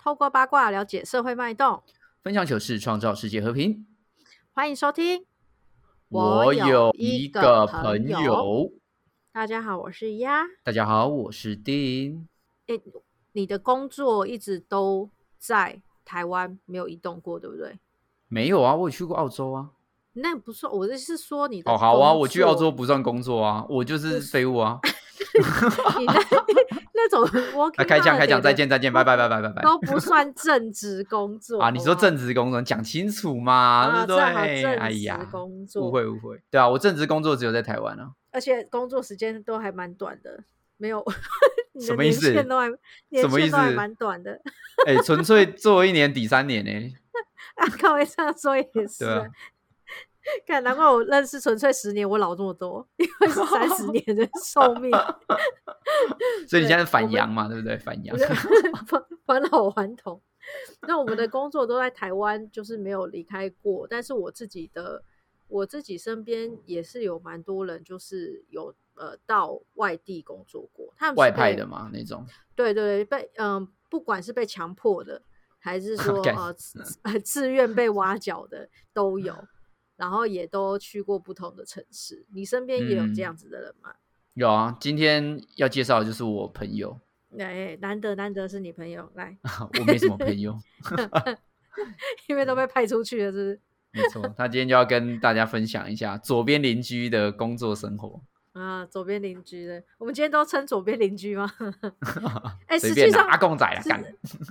透过八卦了解社会脉动， 分享糗事，创造世界和平。 欢迎收听。 我有一个朋友。 大家好，我是鸭。 大家好，我是丁。 你的工作一直都在台湾，没有移动过，对不对？ 没有啊，我有去过澳洲啊。 那不算，我是说你的工作。 好啊，我去澳洲不算工作啊，我就是废物啊。 你那种开讲，再见，拜拜， 都不算正职工作啊！你说正职工作，讲清楚嘛，对不对？ 正职工作， 误会。对啊，我正职工作只有在台湾啊， 而且工作时间都还蛮短的，没有。 什么意思？ 年限都还蛮短的。 纯粹做1年抵3年呢。 靠，这样说也是。 对啊。 看，难怪我认识纯粹10年，我老这么多，因为是30年的寿命。 所以你现在反阳嘛，对不对？反阳， 返老还童。那我们的工作都在台湾，就是没有离开过。但是我自己身边也是有蛮多人，就是有到外地工作过。他们是外派的嘛那种。 对，不管是被强迫的，还是说自愿被挖角的都有。然后也都去过不同的城市。你身边也有这样子的人吗？ 有啊，今天要介绍的就是我朋友。 难得是你朋友来。 我没什么朋友。 因为都被派出去了，是不是？ 没错，他今天就要跟大家分享一下左边邻居的工作生活啊。左边邻居的，我们今天都称左边邻居吗？ 实际上阿公仔啦，干。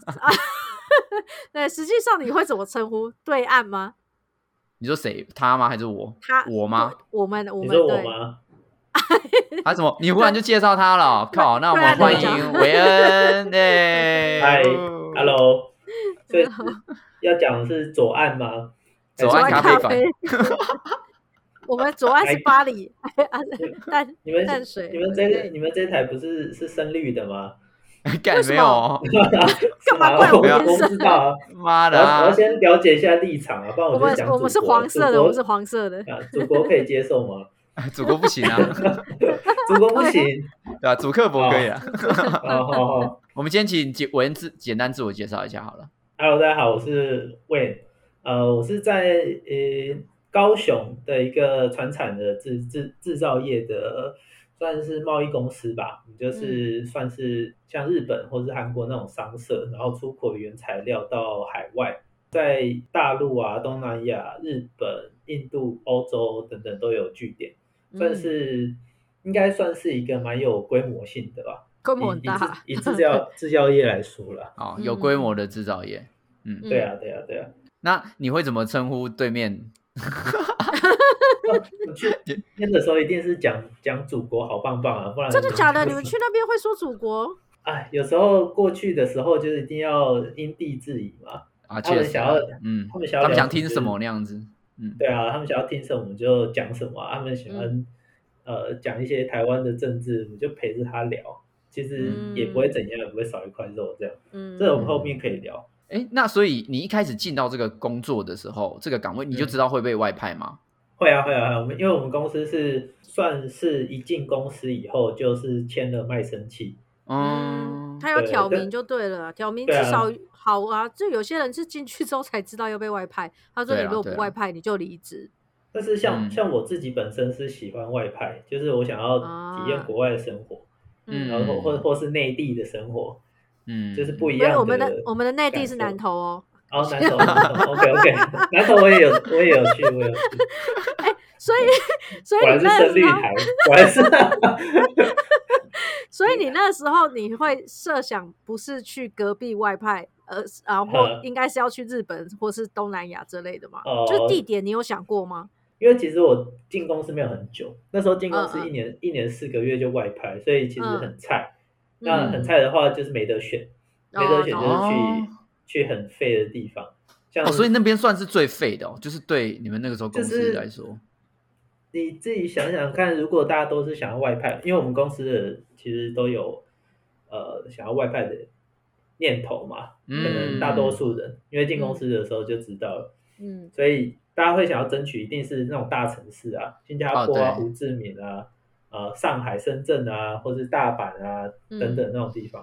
对，实际上你会怎么称呼？对岸吗？ 你说谁？他吗？还是我？我吗？ 我们。 你说我吗？ 他怎么？你忽然就介绍他了？靠！那我们欢迎维恩。 嗨 ，Hello。所以要讲的是左岸吗？ 左岸咖啡馆。 我们左岸是巴黎。淡水。 你们这台不是深绿的吗？ 干没有？ 干嘛怪我不知道啊！ 妈的！ 我要先了解一下立场啊，不然我就讲我们是黄色的，我们是黄色的。 祖国可以接受吗？ 祖国不行啊！ 祖国不行。 对啊，祖克伯可以啊。 好。 我们今天请韦恩简单自我介绍一下好了。 Hello， 大家好，我是韦恩。我是在高雄的一个传产的制造业的。算是贸易公司吧，就是算是像日本或是韩国那种商社，然后出口原材料到海外，在大陆啊、东南亚、日本、印度、欧洲等等都有据点，算是应该算是一个蛮有规模性的吧， 规模很大， 以制造业来说啦。 有规模的制造业。 对啊。 那你会怎么称呼对面？ 我去那的时候一定是讲祖国好棒棒啊，不然真的假的？你们去那边会说祖国？ 有时候过去的时候就是一定要因地制宜嘛。他们想要，他们想听什么那样子。 对啊，他们想要听什么就讲什么。他们喜欢讲一些台湾的政治，我们就陪着他聊，其实也不会怎样，也不会少一块肉这样。这我们后面可以聊。 那所以你一开始进到这个工作的时候，这个岗位你就知道会被外派吗？ 会啊。因为我们公司是算是一进公司以后就是签了卖身契。 他有挑明就对了，挑明至少好啊。就有些人是进去之后才知道要被外派，他说你如果不外派你就离职。 但是像我自己本身是喜欢外派，就是我想要体验国外的生活，然后或是内地的生活，就是不一样的。 我们的内地是南投哦。 南投 OK， 南投我也有去。 所以你那时候，我还是所以你那时候你会设想不是去隔壁外派，然後应该是要去日本或是东南亚之类的吗？就是地点你有想过吗？ 因为其实我进公司没有很久，那时候进公司一年4个月就外派，所以其实很菜。那很菜的话就是没得选，就是去很废的地方。 所以那边算是最废的就是对你们那个时候公司来说。 你自己想想看，如果大家都是想要外派，因为我们公司的其实都有想要外派的念头嘛，可能大多数人因为进公司的时候就知道了，所以大家会想要争取一定是那种大城市啊，新加坡啊、胡志明啊、上海、深圳啊，或是大阪啊等等那种地方。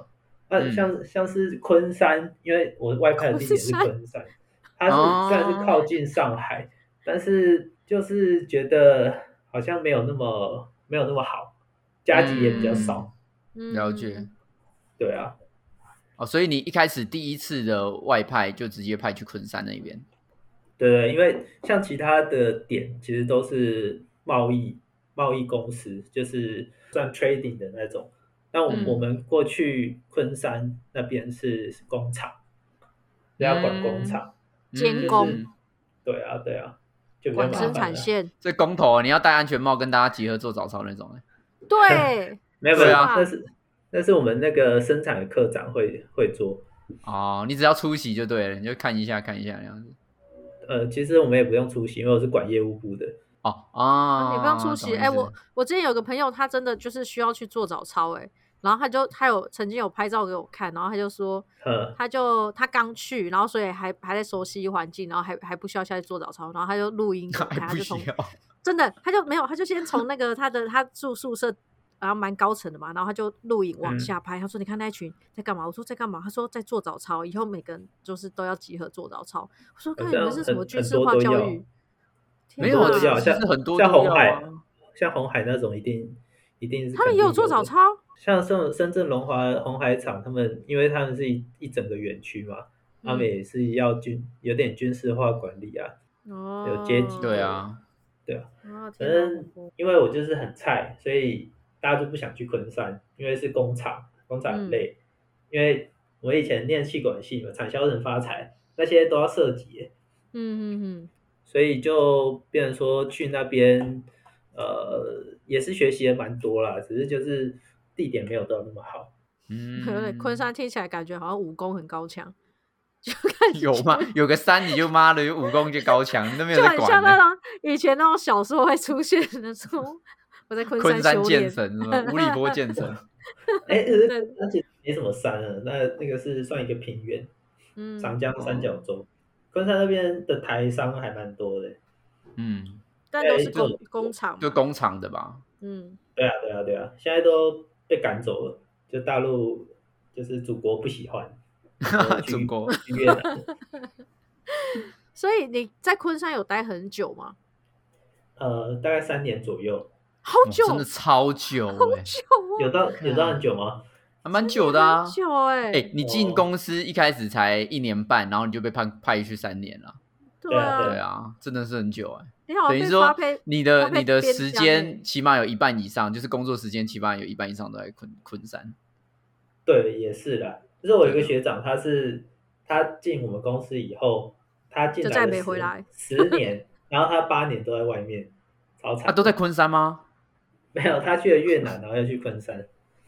像是昆山，因为我外派的地点是昆山，它虽然是靠近上海，但是就是觉得好像没有那么好，加级也比较少。 了解。 对啊。 所以你一开始第一次的外派就直接派去昆山那边。 对，因为像其他的点其实都是贸易公司，就是算 trading 的那种。那我们过去昆山那边是工厂，要管工厂， 监工。 对啊，就比较麻烦。 管生产线。 所以工头你要戴安全帽跟大家集合做早操那种。 对， 没有，那是我们那个生产的科长会做。 你只要出席就对了，你就看一下那样子。 其实我们也不用出席，因为我是管业务部的。 你不用出席。我之前有个朋友，他真的就是需要去做早操，然后他曾经有拍照给我看，然后他就说，他刚去，然后所以还在熟悉环境，然后还不需要下去做早操，然后他就录音给我看，他就从真的他就先从那个他住宿舍，然后蛮高层的嘛，然后他就录影往下拍，他说你看那一群在干嘛？我说在干嘛？他说在做早操，以后每个人就是都要集合做早操。我说看你们是什么军事化教育？ 没有啊， 像很多像红海那种一定是他们也有做早操。 像深圳红海厂，他们因为他们是一整个园区嘛，他们也是要有点军事化管理啊，有阶级。 对啊。 反正因为我就是很菜，所以大家就不想去昆山，因为是工厂很累。因为我以前念企管系嘛，产销人发财那些都要涉及。所以就变成说去那边，也是学习也蛮多啦，只是就是地点没有到那么好。 昆山听起来感觉好像武功很高强。 有吗？有个山你就妈的有武功就高强，你都没有在管。 就很像那种以前那种小说会出现的时候，我在昆山剑神是吗？五里坡剑神。 而且没什么山啊，那个是算一个平原，长江三角洲。昆山那边的台商还蛮多的。 但都是工厂， 就工厂的吧。 对啊，现在都被赶走了，就大陆就是祖国不喜欢。 祖国去越南。 所以你在昆山有待很久吗？ 大概3年左右。 好久， 真的超久。 有到很久吗？ 还蛮久的啊。 很久你进公司一开始才1年半，然后你就被派去3年了。 对啊，真的是很久。 等于说你的时间起码有一半以上，就是工作时间起码有一半以上都在昆山。 对，也是啦。就是我有一个学长，他进我们公司以后，他进来就再没回来 10年，然后他8年都在外面，超惨。 都在昆山吗？ 没有，他去了越南，然后又去昆山。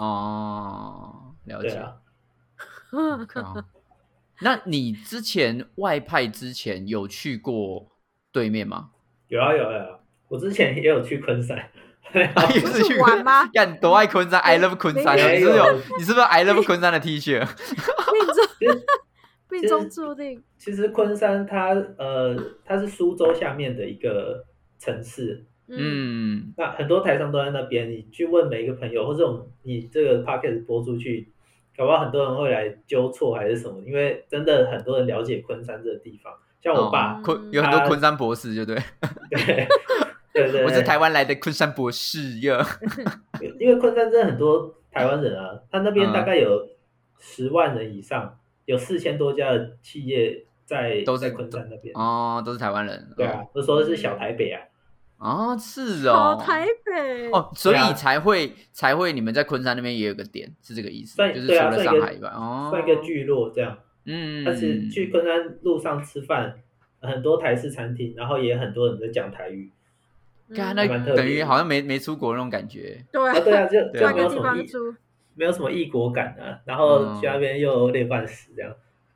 了解。 对啊。 那你之前外派之前有去过对面吗？ 有啊，我之前也有去昆山。 也是去玩吗？ 干多爱昆山 ，I love 昆山。你是不是 I love 昆山的 T 恤？ 命中注定。 其实昆山它是苏州下面的一个城市。那很多台商都在那边。你去问每一个朋友，或者你这个 podcast 播出去，搞不好很多人会来纠错还是什么，因为真的很多人了解昆山这个地方。像我爸， 有很多昆山博士，就对。 对， 我是台湾来的昆山博士呀。 因为昆山真的很多台湾人啊，他那边大概有10万人以上，有4000多家的企业在昆山那边。 都是台湾人。 对啊，我说的是小台北啊。 是小台北。 所以才会你们在昆山那边也有个点，是这个意思。就是除了上海以外， 算一个聚落这样。但是去昆山路上吃饭，很多台式餐厅，然后也很多人在讲台语。 那等于好像没出国那种感觉。 对啊，就没有什么异国感啊，然后去那边又累半死这样。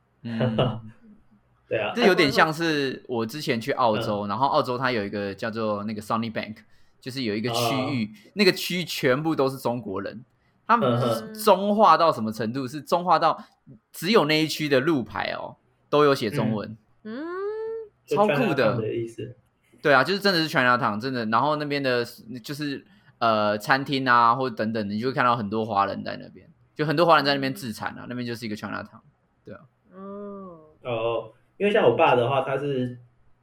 对啊， 这有点像是我之前去澳洲，然后澳洲它有一个叫做那个 Sunny Bank， 就是有一个区域，那个区域全部都是中国人，他们中化到什么程度？是中化到只有那一区的路牌都有写中文。超酷的意思。 对啊，就是真的是 Chinatown， 真的。然后那边的就是餐厅啊，或者等等，你就会看到很多华人在那边。 就很多华人在那边自产啊，那边就是一个 Chinatown， 对啊。 因为像我爸的话，他是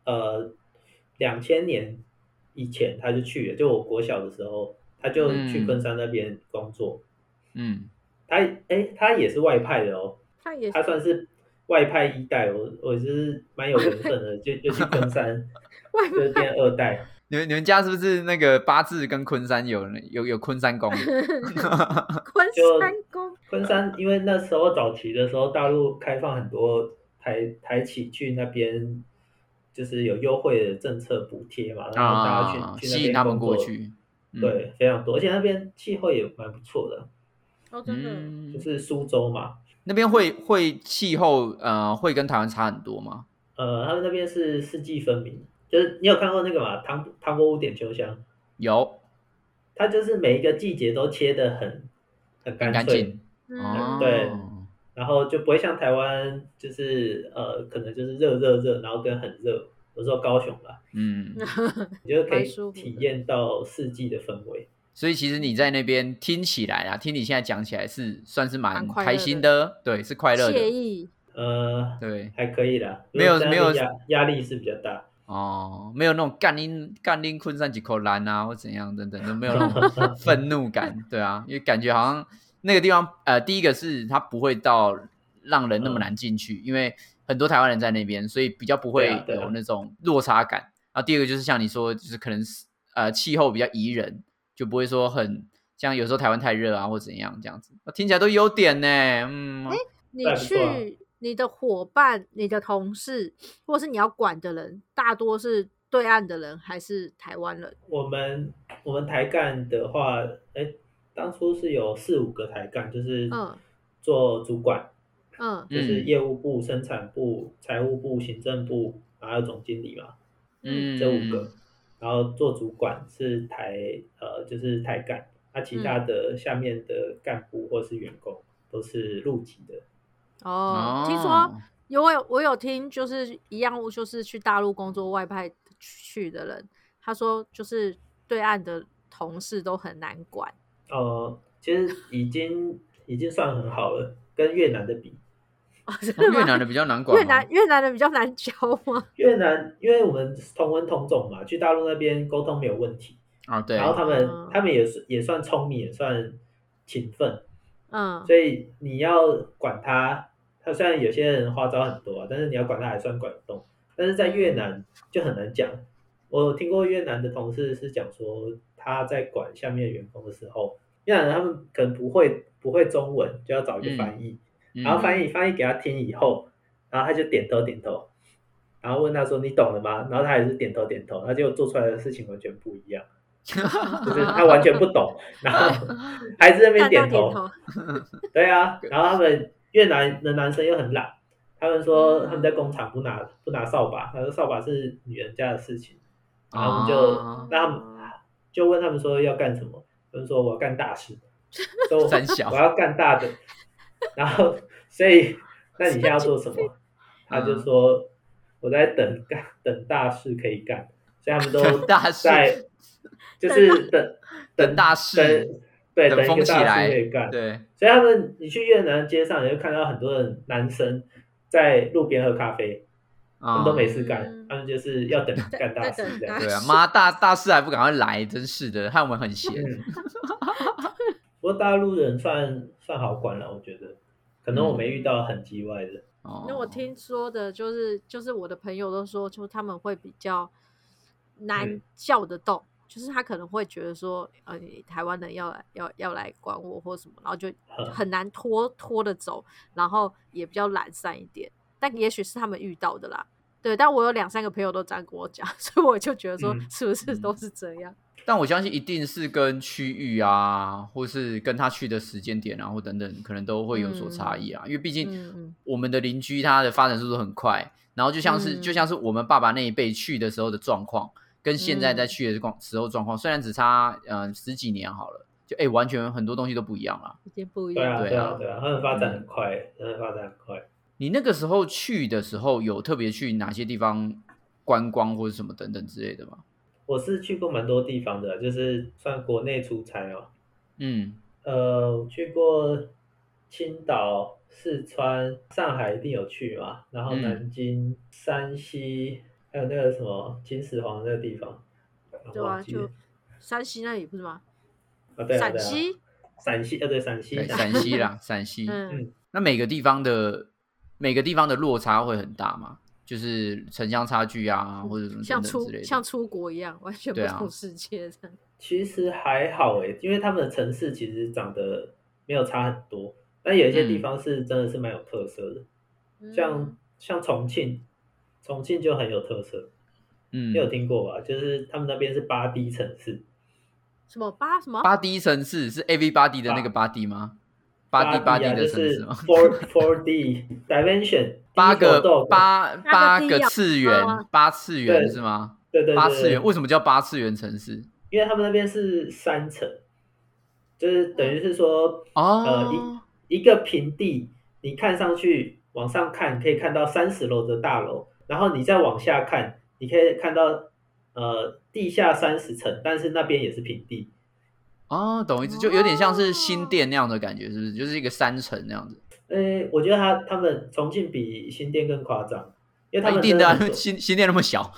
2000年以前他就去了，就我国小的时候，他就去昆山那边工作。他也是外派的哦，他算是外派一代，我就是蛮有缘分的，就去昆山，就变2代。 你们家是不是那个八字跟昆山有昆山宫？ 昆山，因为那时候早期的时候，大陆开放很多台企去那边，就是有优惠的政策补贴嘛，然后大家去那边吸引他们工作过去， 对，非常多，而且那边气候也蛮不错的。 真的， 就是苏州嘛， 那边会气候会跟台湾差很多吗？ 他们那边是四季分明，就是你有看过那个嘛唐伯虎点秋香？ 有， 它就是每一个季节都切得很干脆，对，然后就不会像台湾，就是可能就是热，然后跟很热，有时候高雄吧，你就可以体验到四季的氛围。 所以其实你在那边听起来啊，听你现在讲起来是算是蛮开心的，对，是快乐的， 惬意， 对，还可以啦， 没有压力是比较大没有那种干拎昆山几口烂啊或怎样等等，都没有那种愤怒感，对啊，因为感觉好像那个地方第一个是它不会到让人那么难进去，因为很多台湾人在那边，所以比较不会有那种落差感。然后第二个就是像你说，就是可能气候比较宜人。就不会说很像有时候台湾太热啊或怎样这样子，听起来都优点呢。 你去你的伙伴、你的同事，或是你要管的人，大多是对岸的人还是台湾人？ 我们台干的话，当初是有4-5个台干，就是做主管，就是业务部、生产部、财务部、行政部，还有总经理嘛，这5个。然后做主管是就是台干，其他的下面的干部或是员工都是陆籍的。 听说我有听，就是一样，就是去大陆工作外派去的人，他说就是对岸的同事都很难管。 其实已经算很好了，跟越南的比。 越南的比较难管吗？ 越南的比较难教吗？ 越南因为我们同文同种嘛，去大陆那边沟通没有问题对。 然后他们也算聪明，也算勤奋，所以你要管他虽然有些人花招很多但是你要管他还算管得动。但是在越南就很难讲。我听过越南的同事是讲说，他在管下面的员工的时候，越南人他们可能不会中文，就要找一个翻译。然后翻译给他听以后，然后他就点头，然后问他说你懂了吗？然后他也是点头，他结果做出来的事情完全不一样，就是他完全不懂，然后还是在那边点头。对啊，然后他们越南的男生又很懒，他们说他们在工厂不拿扫把，他说扫把是女人家的事情，然后他们就问他们说要干什么，他们说我要干大事，说我要干大的。然后，所以，那你现在要做什么？他就说我在等大事可以干，所以他们都在，就是等大事， 对，等一个大事可以干。 对， 所以你去越南街上，你会看到很多的男生在路边喝咖啡，他们都没事干，他们就是要干大事这样。 对啊，妈大事还不赶快来，真是的，害我们很闲。 不过大陆人算好管了，我觉得，可能我没遇到很叽歪的。 那我听说的就是我的朋友都说，就他们会比较难叫得动，就是他可能会觉得说，台湾人要来管我或什么，然后就很难拖得走，然后也比较懒散一点。但也许是他们遇到的啦，对。但我有2-3个朋友都这样跟我讲，所以我就觉得说，是不是都是这样？ 但我相信一定是跟区域啊，或是跟他去的时间点啊，或等等，可能都会有所差异啊。因为毕竟我们的邻居他的发展速度很快，然后就像是我们爸爸那一辈去的时候的状况，跟现在在去的时候状况，虽然只差10几年好了，就完全很多东西都不一样了， 已经不一样。 对啊，他们发展很快，真的发展很快。 你那个时候去的时候，有特别去哪些地方观光或者什么等等之类的吗？ 我是去过蛮多地方的，就是算国内出差哦。我去过青岛、四川、上海一定有去嘛，然后南京、山西，还有那个什么秦始皇那个地方， 对啊，就山西那里不是吗？ 对啊， 陕西， 陕西，对，陕西， 对，陕西啦，陕西。 嗯， 那每个地方的落差会很大嘛？就是城乡差距啊，或者什么等等之类的， 像出国一样，完全不同世界这样。 其实还好因为他们的城市其实长得没有差很多，但有一些地方是真的是蛮有特色的，像重庆就很有特色，你有听过吧？就是他们那边是8D 城市。 什么 8D 城市是 everybody 的那个8D 吗？8D 的城市吗 ？4D dimension 八个次元，8次元是吗？ 对 ，8次元为什么叫8次元城市？ 因为他们那边是3层，就是等于是说，一个平地，你看上去往上看，可以看到30楼的大楼，然后你再往下看，你可以看到地下30层，但是那边也是平地。 懂意思，就有点像是新店那样的感觉，是不是？就是一个3层那样子。 我觉得他们重庆比新店更夸张，因为他们一定的新店那么小，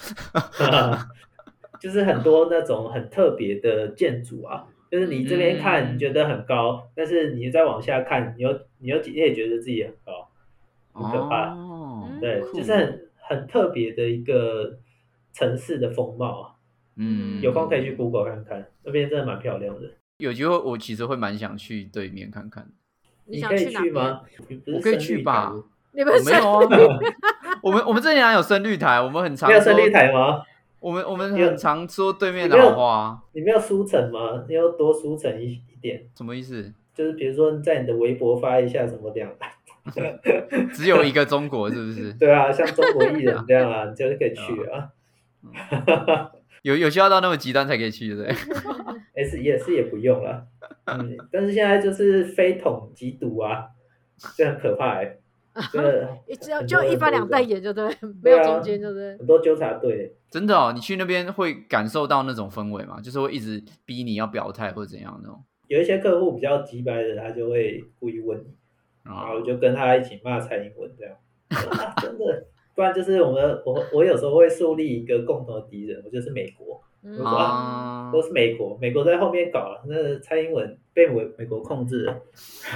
就是很多那种很特别的建筑啊，就是你这边看你觉得很高，但是你再往下看，你也觉得自己很高，很可怕。对，就是很特别的一个城市的风貌啊。有空可以去 Google 看看，那边真的蛮漂亮的。 有机会我其实会蛮想去对面看看。 你可以去吗？ 我可以去吧？ 你们没有啊？我们这里哪有深绿台？我们很常没有深绿台吗？ 我们很常说对面的好话。 你没有书城吗？你要多书城一点。 什么意思？ 就是比如说在你的微博发一下什么两只有一个中国是不是？ 对啊，像中国艺人这样啊，你就可以去啊。 有需要到那么极端才可以去，对不对？也不用了。但是现在就是非统即独啊，这很可怕就一翻两瞪眼，就对，没有中间，对不对？ 很多纠察队。 真的你去那边会感受到那种氛围吗？就是会一直逼你要表态或者怎样那种。 有一些客户比较急掰的，他就会故意问你，然后就跟他一起骂蔡英文这样。真的，不然就是我有时候会树立一个共同的敌人，我就是美国。我说都是美国在后面搞了，那蔡英文被美国控制了。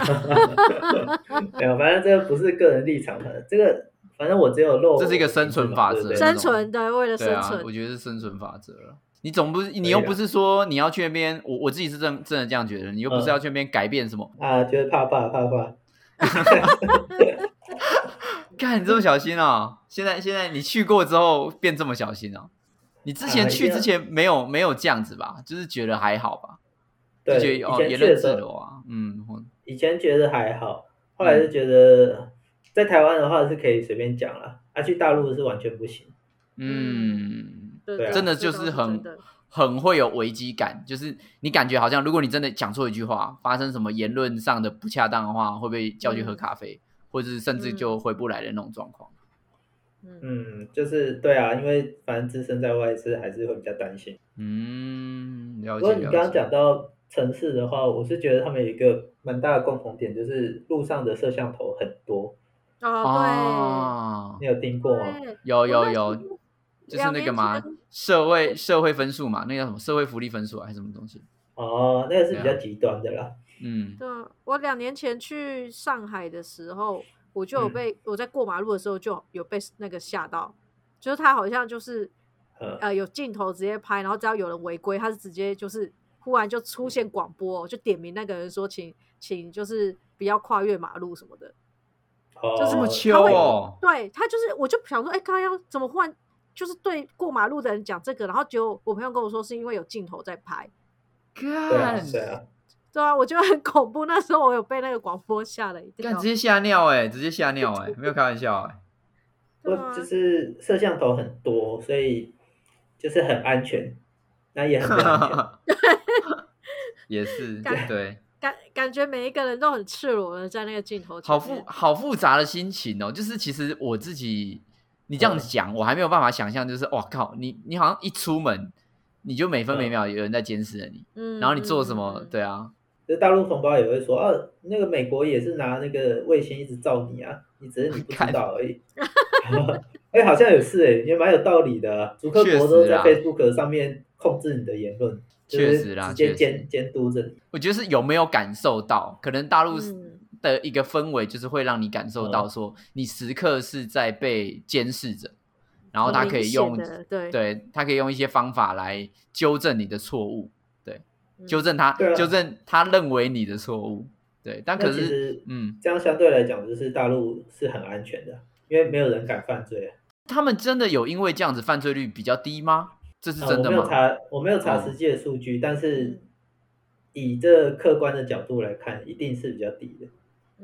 没有，反正这个不是个人立场的，这个反正我只有这是一个生存法则， 生存的，为了生存。 我觉得是生存法则了。你又不是说你要去那边，我自己是真的这样觉得，你又不是要去那边改变什么啊，觉得怕。 看你这么小心哦！现在你去过之后变这么小心哦？你之前去之前没有这样子吧？就是觉得还好吧？ 对， 就觉得言论自由啊， 以前觉得还好，后来就觉得在台湾的话是可以随便讲了，去大陆是完全不行。 对， 真的就是很会有危机感，就是你感觉好像如果你真的讲错一句话，发生什么言论上的不恰当的话，会被叫去喝咖啡，或者是甚至就回不来的那种状况。 就是对啊，因为反正置身在外还是会比较担心。 了解。 不过你刚刚讲到城市的话，我是觉得他们有一个蛮大的共同点，就是路上的摄像头很多。 对， 你有听过吗？ 有，就是那个嘛，社会分数嘛，那个叫什么社会福利分数还是什么东西？ 那个是比较极端的啦。 对，我2年前去上海的时候，我就有我在过马路的时候就有被那个吓到，就是他好像就是有镜头直接拍，然后只要有人违规，他是直接就是忽然就出现广播，就点名那个人说请就是不要跨越马路什么的。 就这么秋哦？ 对，他就是，我就想说，刚刚要怎么忽然就是对过马路的人讲这个，然后结果我朋友跟我说是因为有镜头在拍。对啊，我觉得很恐怖。那时候我有被那个广播吓了一跳， 直接吓尿没有开玩笑就是摄像头很多，所以就是很安全，那也很不安全。 也是，对。 感觉每一个人都很赤裸的在那个镜头前面， 好复杂的心情哦。就是其实我自己，你这样讲，我还没有办法想象，就是哇靠，你好像一出门，你就每分每秒有人在监视着你，然后你做什么，对啊， 就是大陆同胞也会说，那个美国也是拿那个卫星一直照你啊，你只是你不知道而已。好像也是也蛮有道理的啊。祖克伯都在 Facebook 上面控制你的言论，就是直接监督着你。 我觉得是有没有感受到，可能大陆的一个氛围就是会让你感受到说，你时刻是在被监视着，然后他可以用对他可以用一些方法来纠正你的错误，对，纠正他认为你的错误，对，但可是这样相对来讲，就是大陆是很安全的，因为没有人敢犯罪。 他们真的有因为这样子犯罪率比较低吗？这是真的吗？ 我没有查实际的数据，但是以这客观的角度来看，一定是比较低的。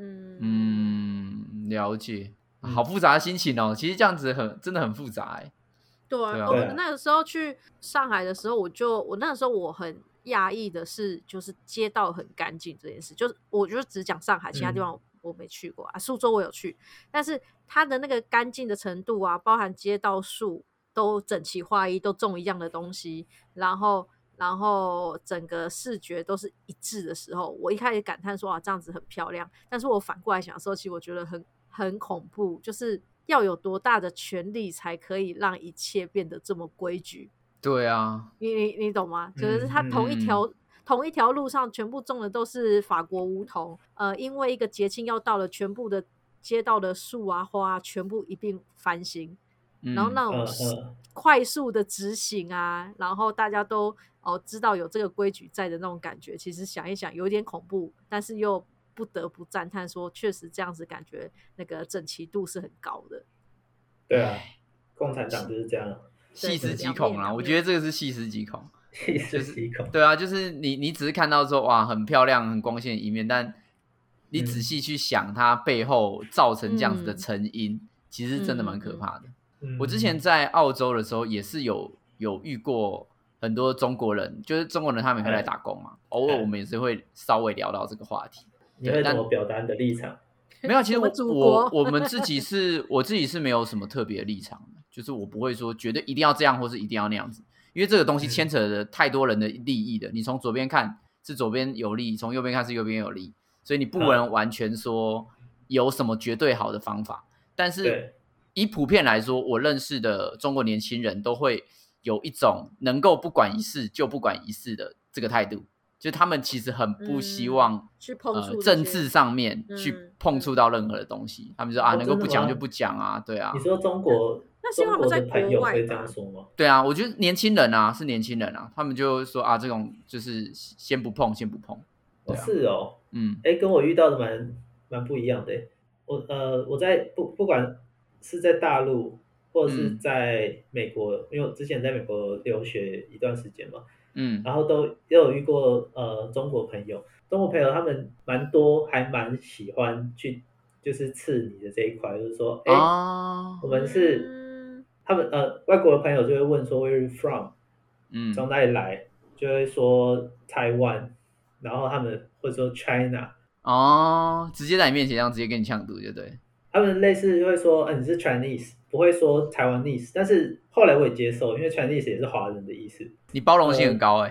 了解，好复杂的心情哦。其实这样子真的很复杂哎。 对啊，我那个时候去上海的时候，我那个时候我很讶异的是，就是街道很干净这件事。就是我就只讲上海，其他地方我没去过啊。苏州我有去，但是它的那个干净的程度啊，包含街道树都整齐划一，都种一样的东西，然后整个视觉都是一致的时候，我一开始感叹说这样子很漂亮。但是我反过来想的时候，其实我觉得很恐怖，就是要有多大的权力才可以让一切变得这么规矩？ 对啊， 你懂吗？就是它同一条路上全部种的都是法国梧桐，因为一个节庆要到了，全部的街道的树啊花全部一并翻新，然后那种快速的执行啊，然后大家都知道有这个规矩在的那种感觉，其实想一想有点恐怖，但是又不得不赞叹说，确实这样子感觉那个整齐度是很高的。 对啊，共产党就是这样， 细思极恐啦。我觉得这个是细思极恐， 细思极恐。 对啊，就是你只是看到说哇很漂亮很光鲜的一面，但你仔细去想它背后造成这样子的成因，其实真的蛮可怕的。我之前在澳洲的时候也是有遇过很多中国人，就是中国人他们会来打工嘛，偶尔我们也是会稍微聊到这个话题。 你会怎么表达你的立场？ 没有，其实我们自己是没有什么特别的立场的，就是我不会说绝对一定要这样或是一定要那样子，因为这个东西牵扯了太多人的利益的。你从左边看是左边有利，从右边看是右边有利，所以你不能完全说有什么绝对好的方法。但是以普遍来说，我认识的中国年轻人都会有一种能够不管一事就不管一事的这个态度。就他们其实很不希望去碰触政治上面去碰触到任何的东西，他们就说能够不讲就不讲啊，对啊。 你说中国那是因为他们在国外会这样说吗？ 对啊，我觉得年轻人啊是年轻人啊，他们就说这种就是先不碰先不碰。对啊， 是哦，跟我遇到的蛮不一样的。我在不管是在大陆或者是在美国，因为我之前在美国留学一段时间嘛。然后都有遇过中国朋友他们蛮多，还蛮喜欢去就是刺你的这一块，就是说我们是他们外国的朋友就会问说 Where are you from？ 从哪里来？就会说台湾，然后他们会说 China。 直接在你面前这样直接跟你呛赌，就对。 他们类似会说你是 Chinese， 不会说台湾 nese， 但是后来我也接受，因为 Chinese 也是华人的意思。 你包容性很高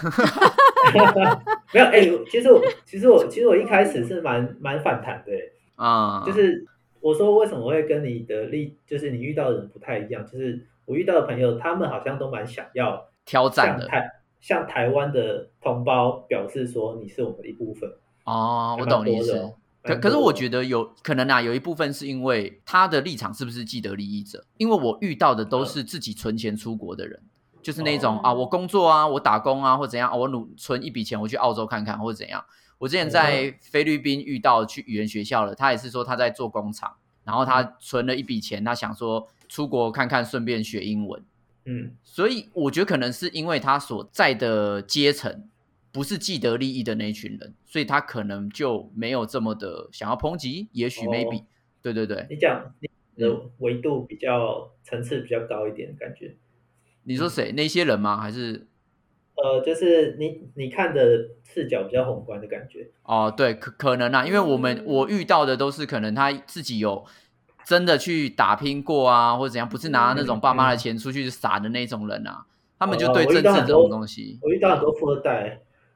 没有其实我一开始是蛮反弹的就是我说为什么会跟你的就是你遇到的人不太一样，就是我遇到的朋友他们好像都蛮想要挑战的， 向台湾的同胞表示说你是我们的一部分。 我懂你意思。可是我觉得有可能有一部分是因为他的立场是不是既得利益者，因为我遇到的都是自己存钱出国的人，就是那种我工作啊，我打工啊，或怎样，我存一笔钱我去澳洲看看或者怎样。我之前在菲律宾遇到去语言学校了，他也是说他在做工厂，然后他存了一笔钱，他想说出国看看顺便学英文。所以我觉得可能是因为他所在的阶层不是既得利益的那一群人，所以他可能就没有这么的想要抨击，也许 maybe 对对对。 你讲你的维度比较层次比较高一点的感觉。 你说谁？那些人吗？还是就是你看的视角比较宏观的感觉。 对，可能因为我遇到的都是可能他自己有真的去打拼过啊，或者怎样，不是拿那种爸妈的钱出去撒的那种人啊，他们就对政治这种东西。 我遇到很多富二代。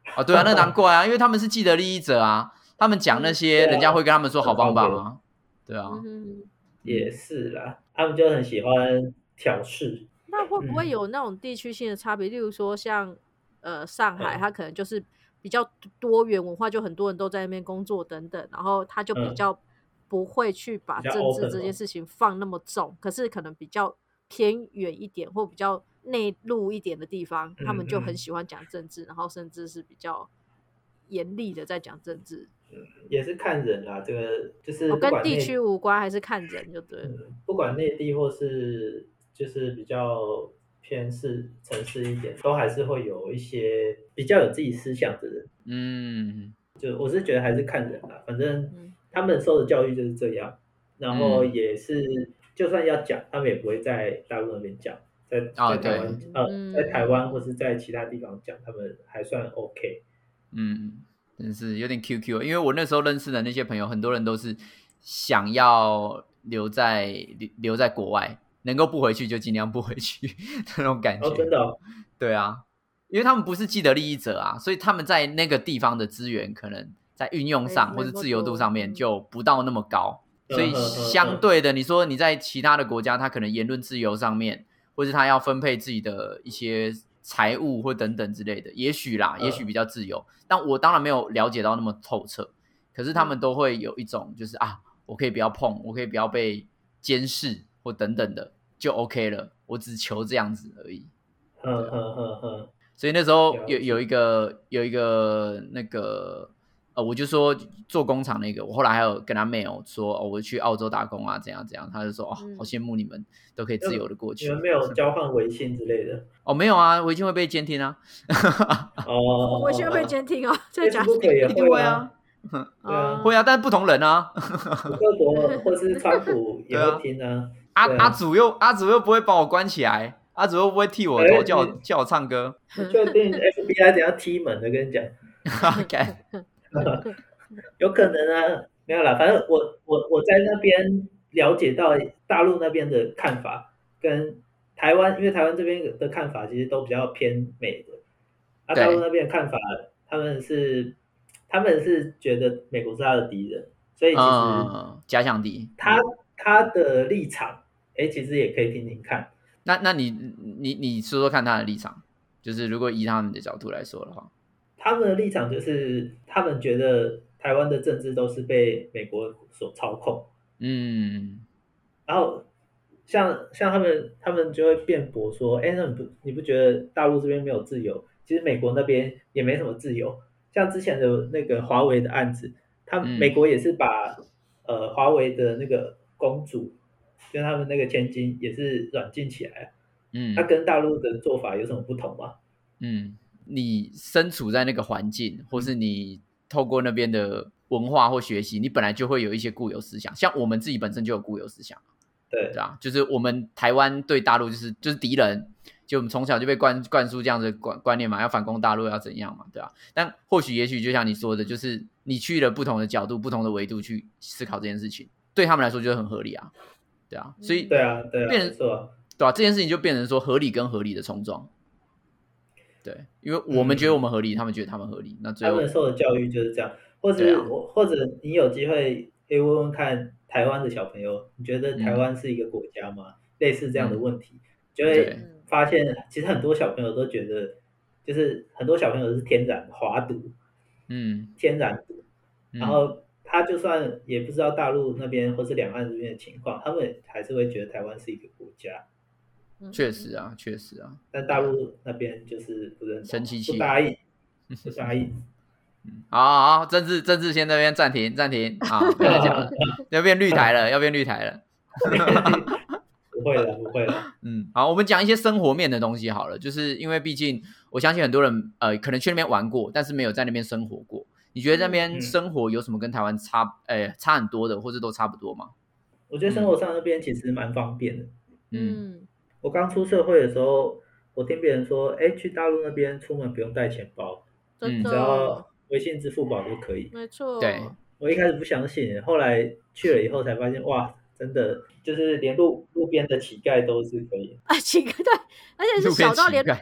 哦，对啊，那难怪啊，因为他们是既得利益者啊，他们讲那些，人家会跟他们说好棒棒啊，对啊， 也是啦，他们就很喜欢挑事。 那会不会有那种地区性的差别？例如说像上海，它可能就是比较多元文化，就很多人都在那边工作等等，然后他就比较不会去把政治这件事情放那么重，可是可能比较偏远一点或比较内陆一点的地方，他们就很喜欢讲政治，然后甚至是比较严厉的在讲政治。 也是看人啦，这个就是跟地区无关，还是看人就对了。 不管内地或是就是比较偏城市一点，都还是会有一些比较有自己思想的人。就我是觉得还是看人啦，反正他们受的教育就是这样，然后也是就算要讲，他们也不会在大陆那边讲，在台湾在台湾或是在其他地方讲，他们还算 OK。 真是有点 QQ， 因为我那时候认识的那些朋友，很多人都是想要留在国外，能够不回去就尽量不回去那种感觉。 真的哦？ 对啊，因为他们不是既得利益者啊，所以他们在那个地方的资源可能在运用上或是自由度上面就不到那么高，所以相对的，你说你在其他的国家，他可能言论自由上面，或是他要分配自己的一些财务或等等之类的，也许比较自由，但我当然没有了解到那么透彻，可是他们都会有一种就是我可以不要碰，我可以不要被监视或等等的就 OK 了，我只求这样子而已。所以那时候有一个那个我就说做工厂那个，我后来还有跟他 mail 说我去澳洲打工啊，怎样怎样，他就说好羡慕你们都可以自由的过去。 你们没有交换微信之类的？ 没有啊，微信会被监听啊。 微信会被监听哦，这假的也会啊。会啊，但是不同人啊。 各国或是川普也会听啊。 阿祖又不会把我关起来，阿祖又不会剃我头叫我唱歌。 确定 FBI 等下踢门的，跟你讲。有可能啊，没有啦，反正我在那边了解到大陆那边的看法跟台湾，因为台湾这边的看法其实都比较偏美的，大陆那边的看法他们是觉得美国是他的敌人，所以其实假想敌， 他的立场，其实也可以听听看。 那你说说看他的立场，就是如果以他们的角度来说的话， 他们的立场就是他们觉得台湾的政治都是被美国所操控，然后像他们就会辩驳说，那你不觉得大陆这边没有自由？其实美国那边也没什么自由。像之前的那个华为的案子，美国也是把华为的那个公主跟他们那个千金也是软禁起来。它跟大陆的做法有什么不同吗？ 你身处在那个环境，或是你透过那边的文化或学习，你本来就会有一些固有思想，像我们自己本身就有固有思想。对啊，就是我们台湾对大陆就是敌人，就我们从小就被灌输这样的观念嘛，要反攻大陆要怎样嘛，对吧？但也许就像你说的，就是你去了不同的角度、不同的维度去思考这件事情，对他们来说就很合理啊，对啊，所以对啊， 变成对啊，这件事情就变成说合理跟合理的冲撞。对，因为我们觉得我们合理，他们觉得他们合理，那最后他们受的教育就是这样，或者你有机会可以问问看台湾的小朋友，你觉得台湾是一个国家吗？类似这样的问题，就会发现其实很多小朋友都觉得，就是很多小朋友是天然华独，天然独，然后他就算也不知道大陆那边或是两岸这边的情况，他们还是会觉得台湾是一个国家。 确实啊， 但大陆那边就是不认同， 生气， 不答应。 好，政治先那边暂停啊，不要讲了，要变绿台了。 不会了。 好，我们讲一些生活面的东西好了，就是因为毕竟我相信很多人可能去那边玩过，但是没有在那边生活过。你觉得那边生活有什么跟台湾差很多的，或者都差不多吗？ 我觉得生活上那边其实蛮方便的。我刚出社会的时候，我听别人说，去大陆那边出门不用带钱包，只要微信、支付宝就可以。 没错。 对， 我一开始不相信，后来去了以后才发现，哇，真的就是连路边的乞丐都是可以。 乞丐，对，而且是小到连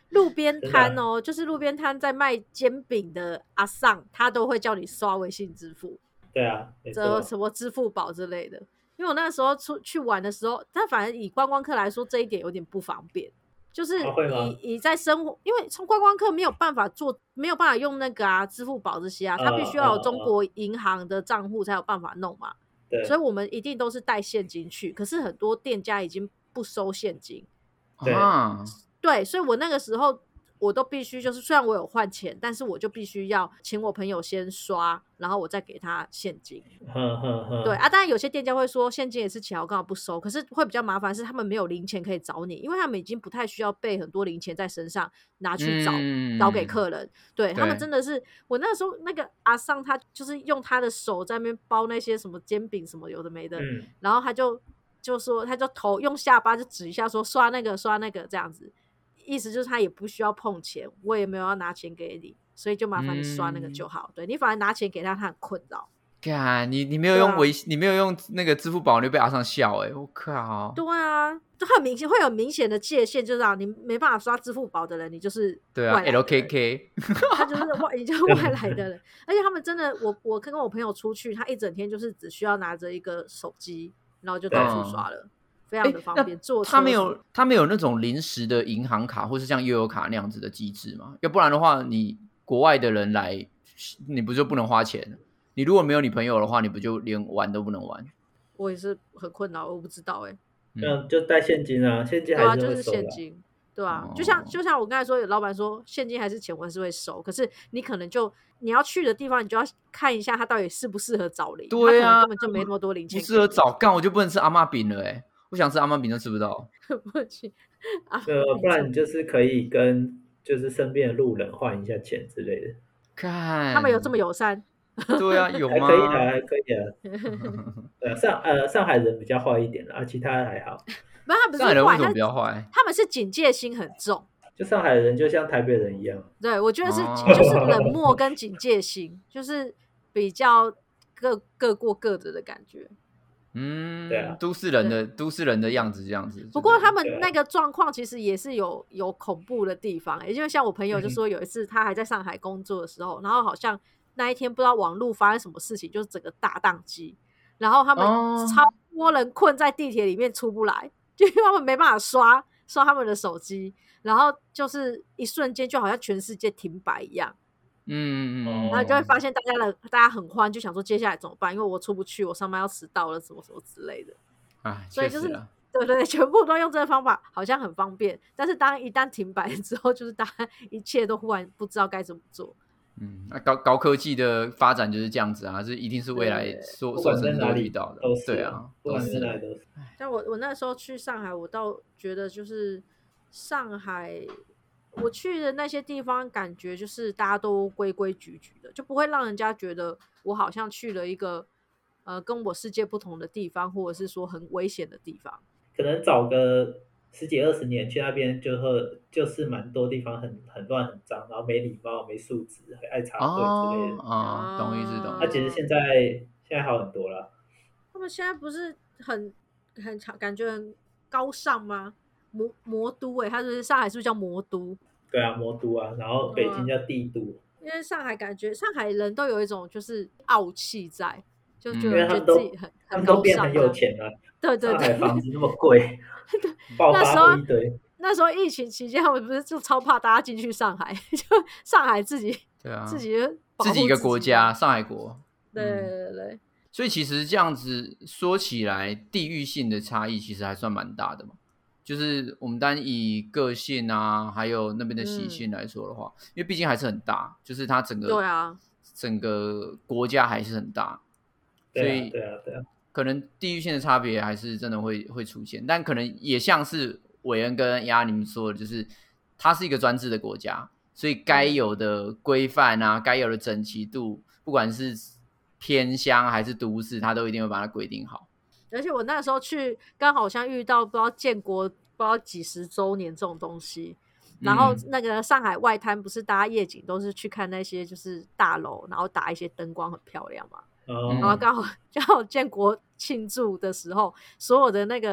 路边摊哦，就是路边摊在卖煎饼的阿桑，他都会叫你刷微信支付。 对啊，没错， 什么支付宝之类的。因为我那时候去玩的时候，但反正以观光客来说，这一点有点不方便。就是你在生活，因为从观光客没有办法用那个支付宝这些他必须要有中国银行的账户才有办法弄嘛。 对， 所以我们一定都是带现金去，可是很多店家已经不收现金。对，所以我那个时候我都必须就是虽然我有换钱，但是我就必须要请我朋友先刷，然后我再给他现金。对当然有些店家会说现金也是钱，我刚好不收，可是会比较麻烦是他们没有零钱可以找你，因为他们已经不太需要备很多零钱在身上拿去找给客人。对，他们真的是我那时候那个阿桑他就是用他的手在那边包那些什么煎饼什么有的没的，然后他就说他就头用下巴就指一下说刷那个这样子，意思就是他也不需要碰钱，我也没有要拿钱给你，所以就麻烦你刷那个就好。对，你反而拿钱给他，他很困扰。 你没有用你没有用那个支付宝，你就被阿桑笑我靠！ 对啊，就很明显会有明显的界限，就是你没办法刷支付宝的人，你就是对啊 ，LKK， 他就是你就是外来的人。而且他们真的，我跟我朋友出去，他一整天就是只需要拿着一个手机，然后就到处刷了。非常的方便。坐车他没有那种临时的银行卡或是像悠游卡那样子的机制吗？要不然的话，你国外的人来，你不就不能花钱？你如果没有你朋友的话，你不就连玩都不能玩？ 我也是很困扰，我不知道就带现金啊，现金还是会收的。 对啊，就是现金。对啊，就像我刚才说，有老板说现金还是钱，我还是会收。可是你可能你要去的地方，你就要看一下他到底适不适合找零。 对啊， 他可能根本就没那么多零钱。 不适合找，干我就不能吃阿嬷饼了我想吃阿嬷饼都吃不到。 不行不然你就是可以跟就是身边的路人换一下钱之类的。 看他们有这么友善？ 对啊，有吗？ 还可以对啊，上海人比较坏一点其他还好。 不是，他们上海人为什么比较坏？ 他们是警戒心很重。 就上海人就像台北人一样。 对，我觉得就是冷漠跟警戒心，就是比较各过各的感觉。 对啊， 都市人的样子这样子。 不过他们那个状况其实也是有恐怖的地方因为像我朋友就说有一次他还在上海工作的时候，然后好像那一天不知道网络发生什么事情，就是整个大宕机，然后他们超多人困在地铁里面出不来，就因为他们没办法刷他们的手机，然后就是一瞬间就好像全世界停摆一样。然后就会发现大家很慌，就想说接下来怎么办？因为我出不去，我上班要迟到了，什么什么之类的。所以就是对，全部都用这个方法，好像很方便。但是一旦停摆之后，就是大家一切都忽然不知道该怎么做。 高科技的发展就是这样子这一定是未来所有人都会遇到的。对啊， 不管在哪里都是。 但我那时候去上海，我倒觉得就是上海。我去的那些地方，感觉就是大家都规规矩矩的，就不会让人家觉得我好像去了一个跟我世界不同的地方，或者是说很危险的地方。 可能早个10几20年去那边，就是蛮多地方很乱很脏，然后没礼貌、没素质，还爱插队之类的。 懂意思懂。 其实现在好很多了。 他们现在不是很感觉很高尚吗？魔都他是上海是不是叫魔都？ 对啊，魔都然后北京叫帝都。 因为上海感觉上海人都有一种就是傲气在，就觉得自己他们都变很有钱了。 对， 上海房子那么贵，爆发一堆。 那时候疫情期间，他们不是就超怕大家进去上海，就上海自己一个国家，上海国。 对。 所以其实这样子说起来，地域性的差异其实还算蛮大的嘛。就是我们单以个性还有那边的习性来说的话，因为毕竟还是很大，就是它整个国家还是很大，所以可能地域性的差别还是真的会出现，但可能也像是伟恩跟你们说的，就是它是一个专制的国家，所以该有的规范该有的整齐度，不管是偏乡还是都市，它都一定会把它规定好。 而且我那时候去，刚好像遇到不知道建国不知道几10周年这种东西，然后那个上海外滩不是大家夜景都是去看那些就是大楼，然后打一些灯光很漂亮嘛。然后刚好建国庆祝的时候，所有的那个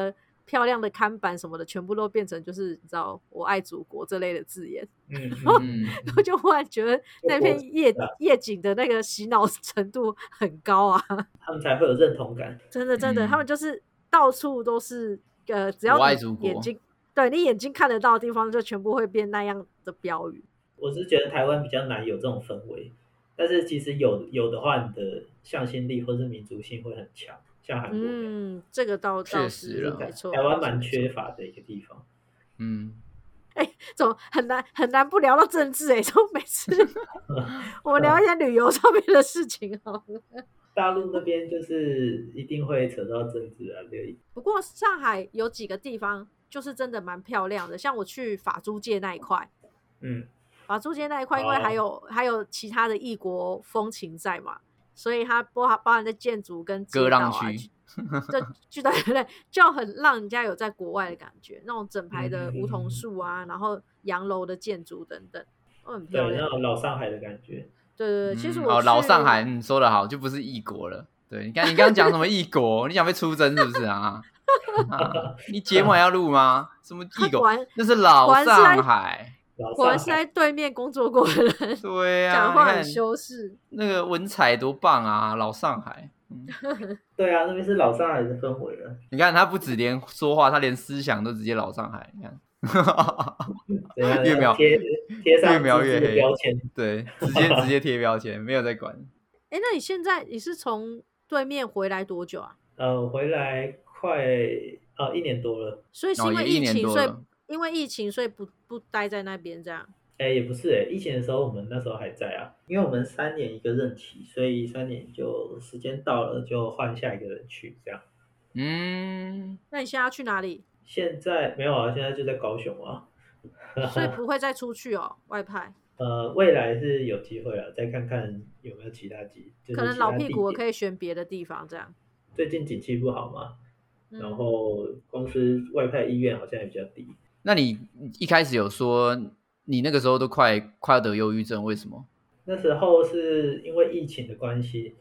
漂亮的看板什么的，全部都变成就是你知道我爱祖国这类的字眼。我就忽然觉得那片夜景的那个洗脑程度很高啊， 他们才会有认同感。 真的，他们就是到处都是只要你眼睛对你眼睛看得到的地方，就全部会变那样的标语。 我是觉得台湾比较难有这种氛围，但是其实有的话，你的向心力或是民族性会很强，像韩国这个倒是没错， 台湾蛮缺乏的一个地方。 怎么很难不聊到政治就每次我们聊一些旅游上面的事情好了。 大陆那边就是一定会扯到政治啊，对。 不过上海有几个地方就是真的蛮漂亮的，像我去法租界那一块，法租界那一块因为还有其他的异国风情在嘛，所以它包含在建筑跟街道啊，对，就很让人家有在国外的感觉，那种整排的梧桐树啊，然后洋楼的建筑等等，都很漂亮， 对，那种老上海的感觉。 对，其实我老上海，说得好，就不是异国了。对，你看你刚刚讲什么异国？你想被出征是不是啊？你节目还要录吗？什么异国？那是老上海。 果然是在对面工作过的人， 对啊， 讲话很修饰。 那个文采多棒啊，老上海。 对啊，那边是老上海的氛围了。 你看他不止连说话，他连思想都直接老上海。你看。越描贴上越黑标签， 对，直接贴标签，没有在管。 那你现在是从对面回来多久啊？ 回来快1年多了。 所以是因为疫情，所以不待在那边这样。 也不是疫情的时候我们那时候还在啊，因为我们3年一个任期，所以3年就时间到了就换下一个人去这样。 那你现在要去哪里？ 现在没有啊，现在就在高雄啊。 所以不会再出去外派。 未来是有机会了，再看看有没有其他就是可能老屁股可以选别的地方这样。 最近景气不好嘛，然后公司外派意愿好像也比较低。 那你一开始有说你那个时候都快要得忧郁症，为什么？ 那时候是因为疫情的关系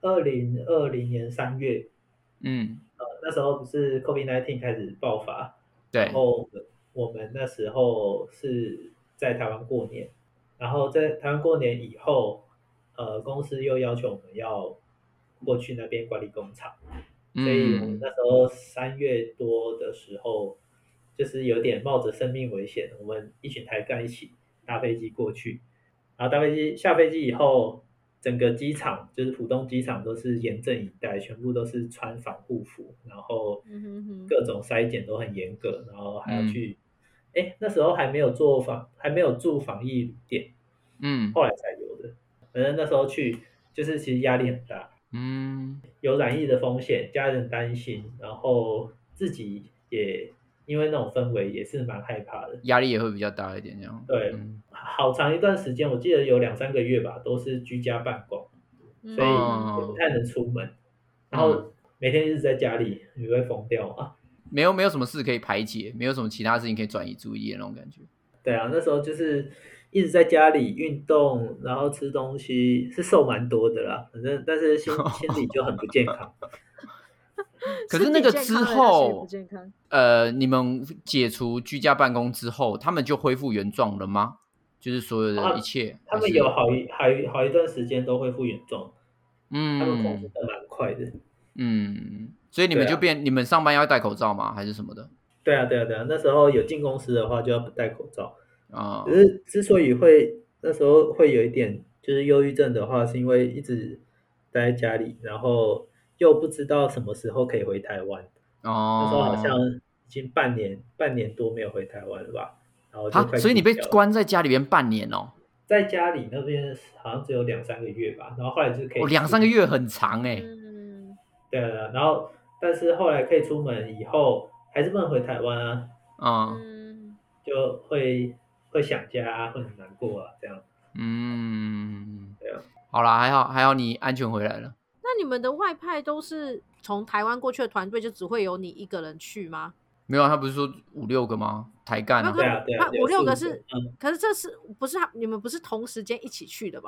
，2020年3月，那时候不是 COVID-19 开始爆发， 对， 然后我们那时候是在台湾过年，然后在台湾过年以后，公司又要求我们要过去那边管理工厂，所以我们那时候3月多的时候，就是有点冒着生命危险，我们一群台干一起搭飞机过去，然后下飞机以后，整个机场就是浦东机场都是严阵以待，全部都是穿防护服，然后各种筛检都很严格，然后还要去，那时候还没有住防疫旅店，后来才有的。反正那时候去就是其实压力很大，有染疫的风险，家人担心，然后自己也因为那种氛围也是蛮害怕的， 压力也会比较大一点这样。 对，好长一段时间，我记得有2-3个月吧，都是居家办公，所以也不太能出门，然后每天一直在家里，你会疯掉啊！ 没有什么事可以排解，没有什么其他事情可以转移注意力的那种感觉。 对啊，那时候就是一直在家里运动，然后吃东西，是瘦蛮多的啦。反正但是心理就很不健康。 可是那个之后，你们解除居家办公之后，他们就恢复原状了吗？就是所有的一切， 他们有好一段时间都恢复原状，他们控制的蛮快的。 所以你们就你们上班要戴口罩吗？还是什么的？ 对啊，那时候有进公司的话就要不戴口罩。可是之所以那时候会有一点就是忧郁症的话，是因为一直待在家里，然后又不知道什么时候可以回台湾。那时候好像已经半年多没有回台湾了吧？然后就所以你被关在家里边半年哦？ 在家里那边好像只有2-3个月吧，然后后来就可以 2-3个月很长对啊，然后但是后来可以出门以后，还是不能回台湾啊。就会想家，会很难过啊，这样。对啊。 好啦，还好你安全回来了。 那你们的外派都是从台湾过去的团队，就只会有你一个人去吗？ 没有，他不是说5-6个吗？台干对啊， 他5-6个是，可是这是不是你们不是同时间一起去的吧？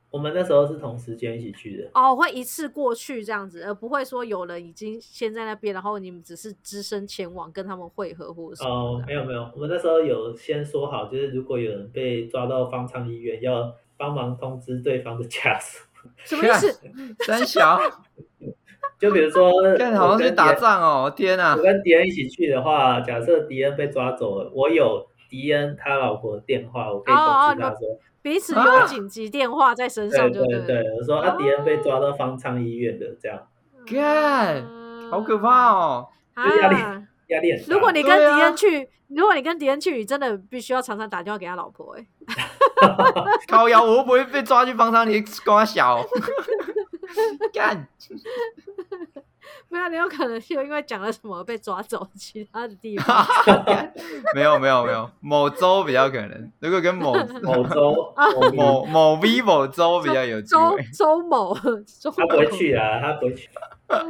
我们那时候是同时间一起去的。 哦，会一次过去这样子，而不会说有人已经先在那边，然后你们只是只身前往跟他们会合或者什么的。 没有，我们那时候有先说好，就是如果有人被抓到方舱医院，要帮忙通知对方的家属。 什么意思？ 三小， 就比如说， 看好像去打仗哦！天啊， 我跟迪恩一起去的话，假设迪恩被抓走了，我有迪恩他老婆的电话，我可以通知他说， 彼此有紧急电话在身上就对，我说迪恩被抓到方舱医院的这样。 干，好可怕哦！ 就压力很大。 如果你跟迪恩去，你真的必须要常常打电话给他老婆靠腰，我会不会被抓去方舱？你跟我小干。 没有，你有可能就因为讲了什么被抓走其他的地方。 没有，某州比较可能。如果跟某州某 V 某州比较有机会。 周某， 他不会去啊，他不会去。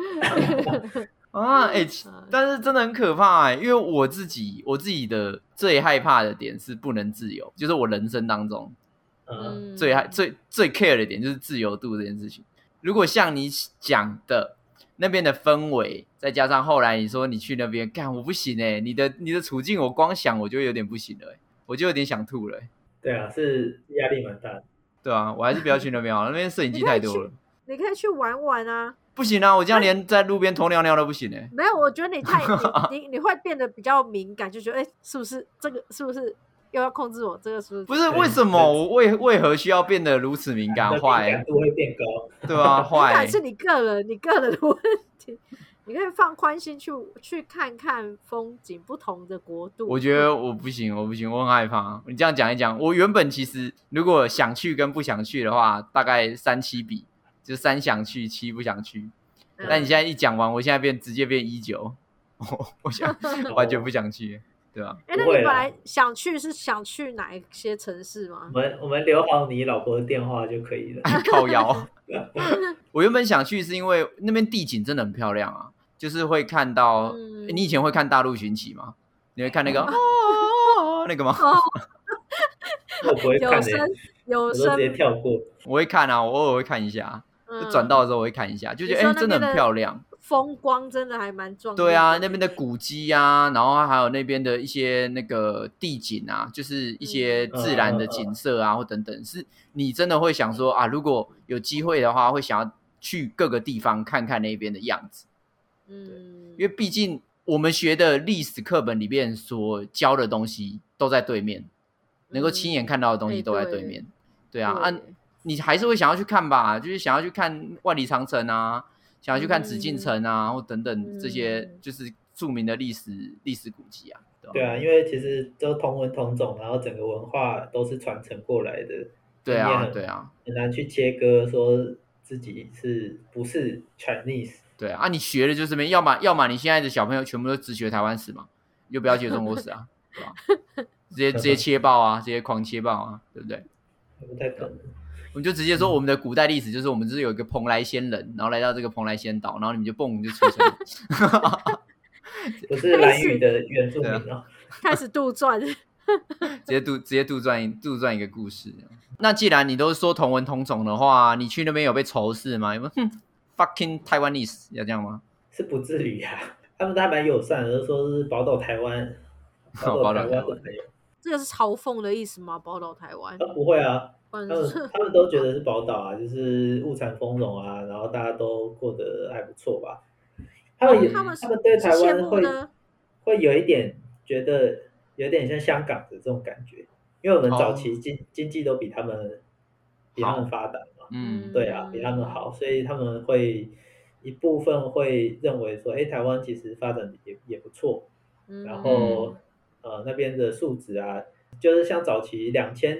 啊，但是真的很可怕因为我自己的最害怕的点是不能自由，就是我人生当中最 care 的点就是自由度这件事情。如果像你讲的那边的氛围，再加上后来你说你去那边干，我不行你的处境我光想我就有点不行了我就有点想吐了对啊，是压力蛮大的。 对啊，我还是不要去那边好了，那边摄影机太多了。 你可以去玩玩啊。 不行啊，我这样连在路边偷尿尿都不行没有，我觉得你会变得比较敏感，就觉得是不是这个是不是又要控制我？这个是不是为什么我为何需要变得如此敏感？坏， 敏感度会变高， 对啊，坏， 敏感是你个人的问题。你可以放宽心去看看风景，不同的国度。 我觉得我不行，我很害怕。你这样讲一讲，我原本其实如果想去跟不想去的话，大概3-7比，就3想去7不想去。但你现在一讲完，我现在直接变19，我想完全不想去，对吧？ 那你本来想去是想去哪一些城市吗？ 我们留好你老婆的电话就可以了。 靠腰。我原本想去是因为那边地景真的很漂亮啊，就是会看到，你以前会看大陆寻奇吗？你会看那个那个吗？ 我不会看有声我都直接跳过。 我会看啊，我偶尔会看一下，就转到的时候我会看一下，就觉得真的很漂亮， 风光真的还蛮壮丽的。 对啊，那边的古迹啊，然后还有那边的一些那个地景啊，就是一些自然的景色啊，或等等，是你真的会想说啊，如果有机会的话，会想要去各个地方看看那边的样子。因为毕竟我们学的历史课本里面所教的东西都在对面，能够亲眼看到的东西都在对面。对啊，你还是会想要去看吧，就是想要去看万里长城啊，想要去看紫禁城啊，或等等这些就是著名的历史古迹啊。 对啊，因为其实都同文同种，然后整个文化都是传承过来的。 对啊， 很难去切割说自己是不是 Chinese。 对啊，你学的就是这边，要么你现在的小朋友全部都只学台湾史嘛，你就不要学中国史啊，对吧？直接切爆啊，直接狂切爆啊，对不对？ 不太可能。 我们就直接说我们的古代历史就是我们就是有一个蓬莱仙人，然后来到这个蓬莱仙岛，然后你们就蹦就出生了。 不是兰屿的原住民哦， 开始杜撰， 直接杜撰一个故事。那既然你都说同文同种的话，你去那边有被仇视吗？有没有fucking Taiwanese 要这样吗？ 是不至于啊，他们都还蛮友善的，都说是宝岛台湾，宝岛台湾的朋友。 这个是嘲讽的意思吗？宝岛台湾？ 不会啊，他们都觉得是宝岛啊，就是物产丰荣啊，然后大家都过得还不错吧。他们对台湾会有一点觉得有点像香港的这种感觉，因为我们早期经济都比他们发达嘛，对啊，比他们好，所以他们会一部分会认为说，台湾其实发展也不错，然后那边的素质啊，就是像早期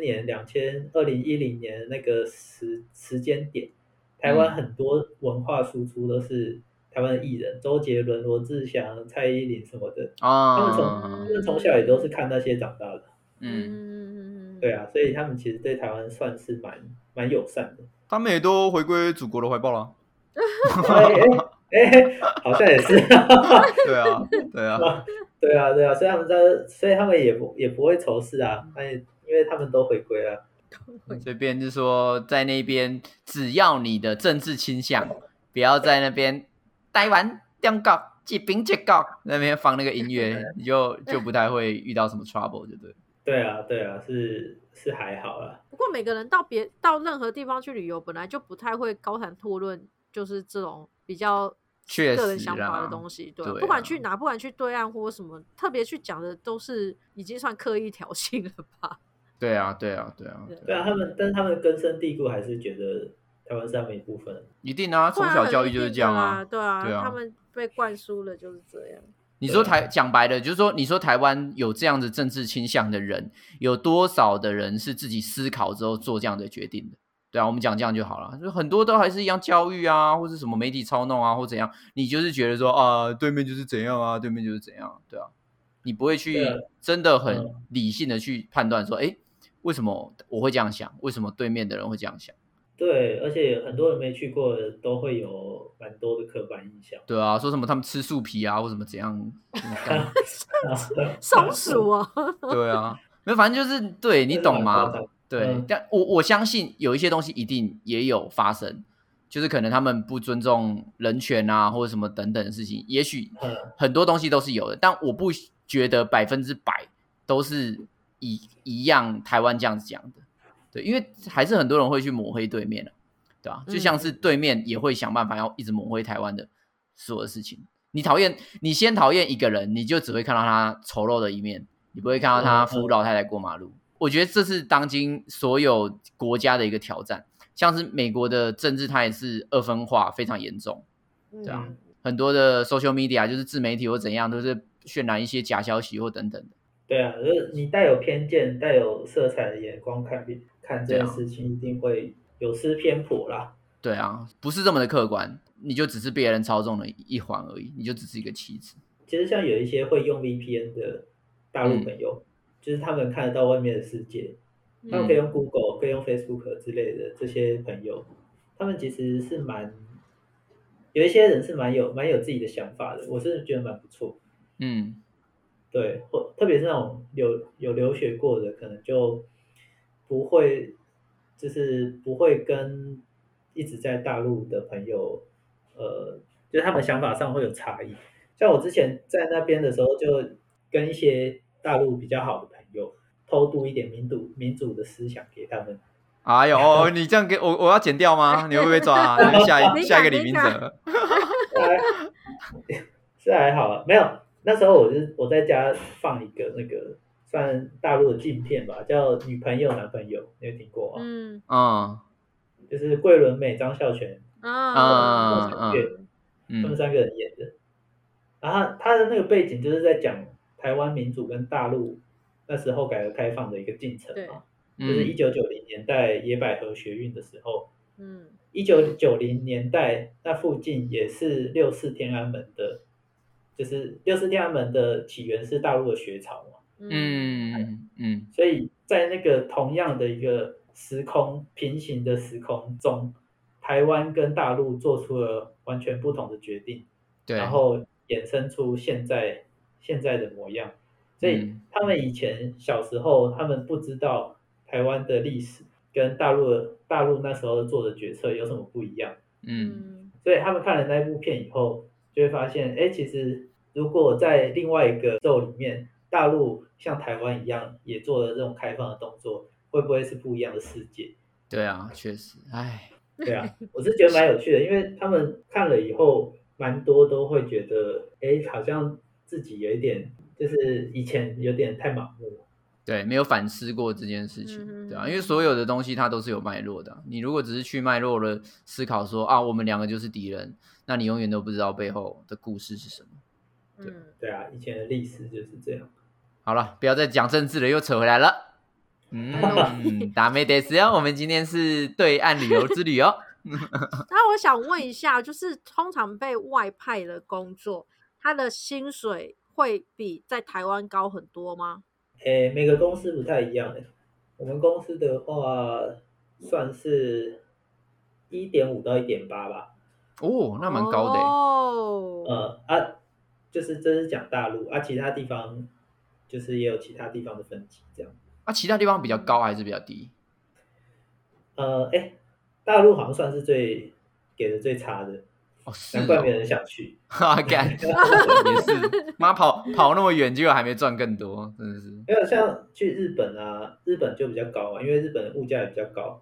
2010年那个时间点，台湾很多文化输出都是台湾的艺人，周杰伦、罗志祥、蔡依林什么的，他们从小也都是看那些长大的，对啊，所以他们其实对台湾算是蛮友善的。他们也都回归祖国的怀抱了。好像也是。对啊，所以他们也不会仇视啊，因为他们都回归了。 所以别人就说在那边，只要你的政治倾向不要在那边台湾中国一边一国那边放那个音乐，你就不太会遇到什么 trouble， 对不对？ 对啊，是还好啦。 不过每个人到任何地方去旅游，本来就不太会高谈阔论，就是这种比较个人想法的东西，对啊，不管去哪，不管去对岸或什么，特别去讲的都是已经算刻意挑衅了吧？ 对啊， 但是他们根深蒂固还是觉得台湾是他们一部分。 一定啊，从小教育就是这样啊， 对啊，他们被灌输了就是这样。 你说讲白的，就是说，你说台湾有这样的政治倾向的人，有多少的人是自己思考之后做这样的决定的？对啊，我们讲这样就好了。就很多都还是一样教育啊，或是什么媒体操弄啊，或怎样，你就是觉得说啊，对面就是怎样啊，对面就是怎样，对啊，你不会去真的很理性的去判断说，哎，为什么我会这样想？为什么对面的人会这样想？ 对，而且很多人没去过的都会有蛮多的刻板印象。 对啊，说什么他们吃树皮啊，或什么怎样， 松鼠啊。 对啊，没有，反正就是对你懂吗？对，但我相信有一些东西一定也有发生，就是可能他们不尊重人权啊，或者什么等等的事情，也许很多东西都是有的，但我不觉得100%都是一样台湾这样子讲的。对，因为还是很多人会去抹黑对面的，对吧？就像是对面也会想办法要一直抹黑台湾的所有的事情。你先讨厌一个人，你就只会看到他丑陋的一面，你不会看到他扶老太太过马路。我觉得这是当今所有国家的一个挑战。像是美国的政治，它也是二分化非常严重，对啊，很多的 social media 就是自媒体或怎样，都是渲染一些假消息或等等的。 对啊，就是你带有偏见、带有色彩的眼光看这件事情，一定会有失偏颇啦。 对啊，不是这么的客观，你就只是别人操纵的一环而已，你就只是一个棋子。 其实像有一些会用 VPN 的大陆朋友，就是他们看得到外面的世界，他们可以用 Google、可以用 Facebook 之类的这些朋友，他们其实是有一些人是蛮有自己的想法的，我是觉得蛮不错。对，特别是那种有留学过的，可能就不会跟一直在大陆的朋友，就是他们想法上会有差异。像我之前在那边的时候，就跟一些大陆比较好的朋友偷渡一点民主的思想给他们。 哎呦，你这样给我要剪掉吗？你会不会抓啊？下一个李明哲？ 是还好啊，没有。那时候我在家放一个那个算大陆的镜片吧，叫《女朋友男朋友》，你有听过吗？就是桂纶镁、张孝全他们3个人演的。然后他的那个背景就是在讲台湾民主跟大陆那时候改革开放的一个进程嘛，就是1990年代野百合学运的时候，1990年代那附近也是六四天安门的。就是六四天安门的起源是大陆的学潮嘛，所以在那个同样的一个平行的时空中，台湾跟大陆做出了完全不同的决定，然后衍生出现在的模样。所以他们以前小时候，他们不知道台湾的历史跟大陆那时候做的决策有什么不一样，所以他们看了那部片以后，就会发现，其实如果在另外一个宇宙里面，大陆像台湾一样也做了这种开放的动作，会不会是不一样的世界？ 对啊，确实，哎， 对啊，我是觉得蛮有趣的，因为他们看了以后，蛮多都会觉得，好像自己有一点，就是以前有点太盲目。 对，没有反思过这件事情，对啊，因为所有的东西它都是有脉络的。你如果只是去脉络的思考说啊，我们2个就是敌人，那你永远都不知道背后的故事是什么。 对啊，以前的历史就是这样。 好了，不要再讲政治了，又扯回来了。达美得斯哦，我们今天是对岸旅游之旅哦。 那我想问一下，就是通常被外派的工作，他的薪水会比在台湾高很多吗？ 每个公司不太一样。我们公司的话算是1.5到1.8吧。 那蛮高的。 就是这是讲大陆其他地方就是也有其他地方的分级这样。 其他地方比较高还是比较低？ 大陆好像算是给的最差的， 是难怪没人想去。 干也是，妈跑那么远，结果还没赚更多，真的是。 没有像去日本啊，日本就比较高啊，因为日本的物价也比较高。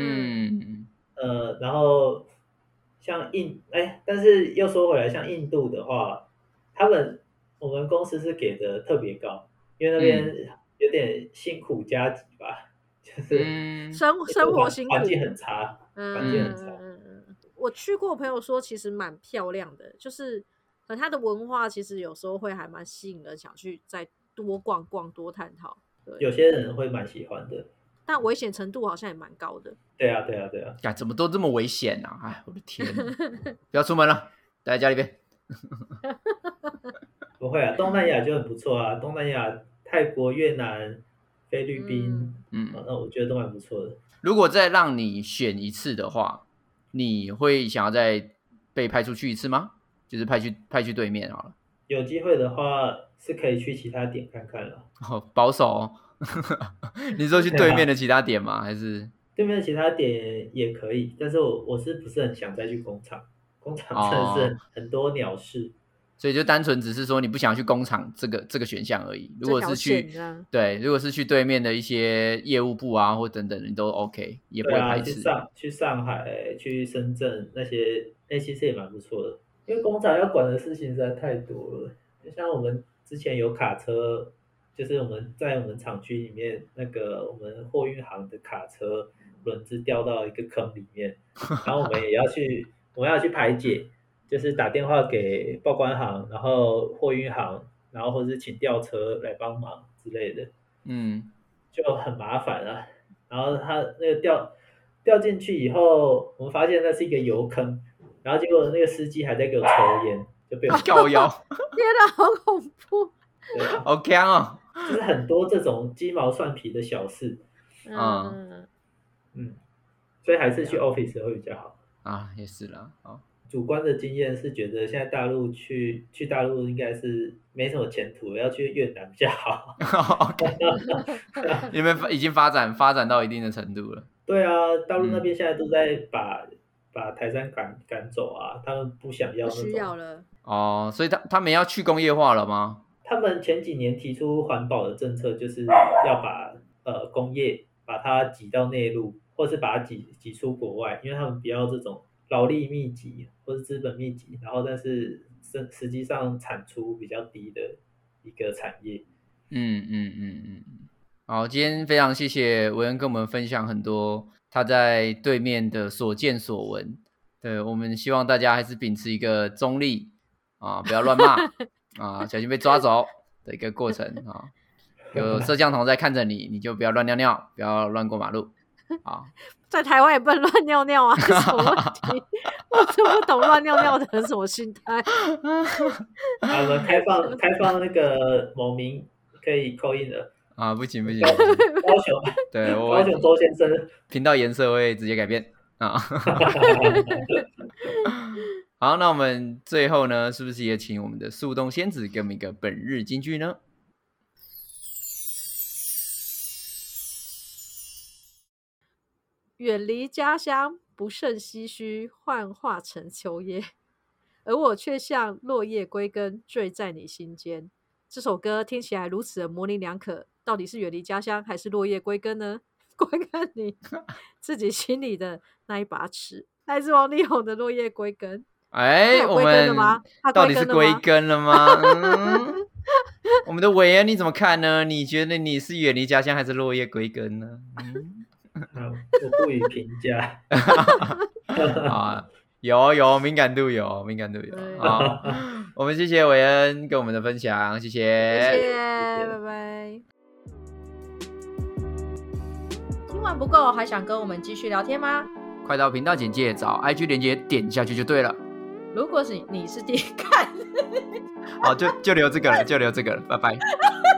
然后像但是又说回来，像印度的话，我们公司是给的特别高，因为那边有点辛苦加急吧，就是生活辛苦， 环境很差，环境很差。 我去过，朋友说其实蛮漂亮的，就是它的文化其实有时候会还蛮吸引人，想去再多逛逛、多探讨。 有些人会蛮喜欢的， 但危险程度好像也蛮高的。 对啊， 怎么都这么危险啊！哎，我的天，不要出门了，待在家里边。 不会啊，东南亚就很不错啊，东南亚、泰国、越南、菲律宾，那我觉得都蛮不错的。 如果再让你选一次的话，你会想要再被派出去一次吗？就是派去对面好了。 有机会的话是可以去其他点看看了。 保守哦。你说去对面的其他点吗？还是对面的其他点也可以，但是我是不是很想再去工厂？工厂真的是很多鸟事。 所以就单纯只是说你不想去工厂这个选项而已。如果是去对面的一些业务部啊或等等，你都 OK， 也不会排斥。 去上海、去深圳那些，其实也蛮不错的。因为工厂要管的事情实在太多了，就像我们之前有卡车，就是我们在我们厂区里面那个我们货运行的卡车轮子掉到一个坑里面，然后我们要去排解。就是打电话给报关行，然后货运行，然后或者是请吊车来帮忙之类的，就很麻烦啊。然后他那个掉进去以后，我们发现那是一个油坑，然后结果那个司机还在给我抽烟，就被我靠腰， 天哪，好恐怖！ 对啊， 好强哦！ 就是很多这种鸡毛蒜皮的小事，所以还是去 office 会比较好啊，也是啦， 主观的经验是觉得现在大陆去大陆应该是没什么前途，要去越南比较好。 你们已经发展到一定的程度了。 对啊，大陆那边现在都在把台商赶走啊，他们不想要那种。 不需要了。 所以他们要去工业化了吗？ 他们前几年提出环保的政策，就是要把工业把它挤到内陆，或是把它挤出国外，因为他们不要这种劳力密集或是资本密集，然后但是实际上产出比较低的一个产业。 好，今天非常谢谢维恩跟我们分享很多他在对面的所见所闻。对，我们希望大家还是秉持一个中立不要乱骂小心被抓走的一个过程有摄像头在看着你，你就不要乱尿尿，不要乱过马路。 在台湾也不能乱尿尿啊，是什么问题？我真不懂乱尿尿的人什么心态。 我们开放那个某名可以call in的不行高雄对， 高雄周先生频道颜色会直接改变好，那我们最后呢，是不是也请我们的速冻仙子给我们一个本日金句呢？ 远离家乡，不胜唏嘘，幻化成秋叶，而我却像落叶归根，坠在你心间。这首歌听起来如此的模棱两可，到底是远离家乡还是落叶归根呢？观看你自己心里的那一把尺。来自王力宏的《落叶归根》。 我们到底是归根了吗？我们的韦恩你怎么看呢？你觉得你是远离家乡还是落叶归根呢？ 我不予评价。 有敏感度有我们谢谢韦恩跟我们的分享，谢谢， 拜拜。听完不够，还想跟我们继续聊天吗？ 快到频道简介找 IG 连结点下去就对了。 如果是你是第一看好，就留这个了，拜拜。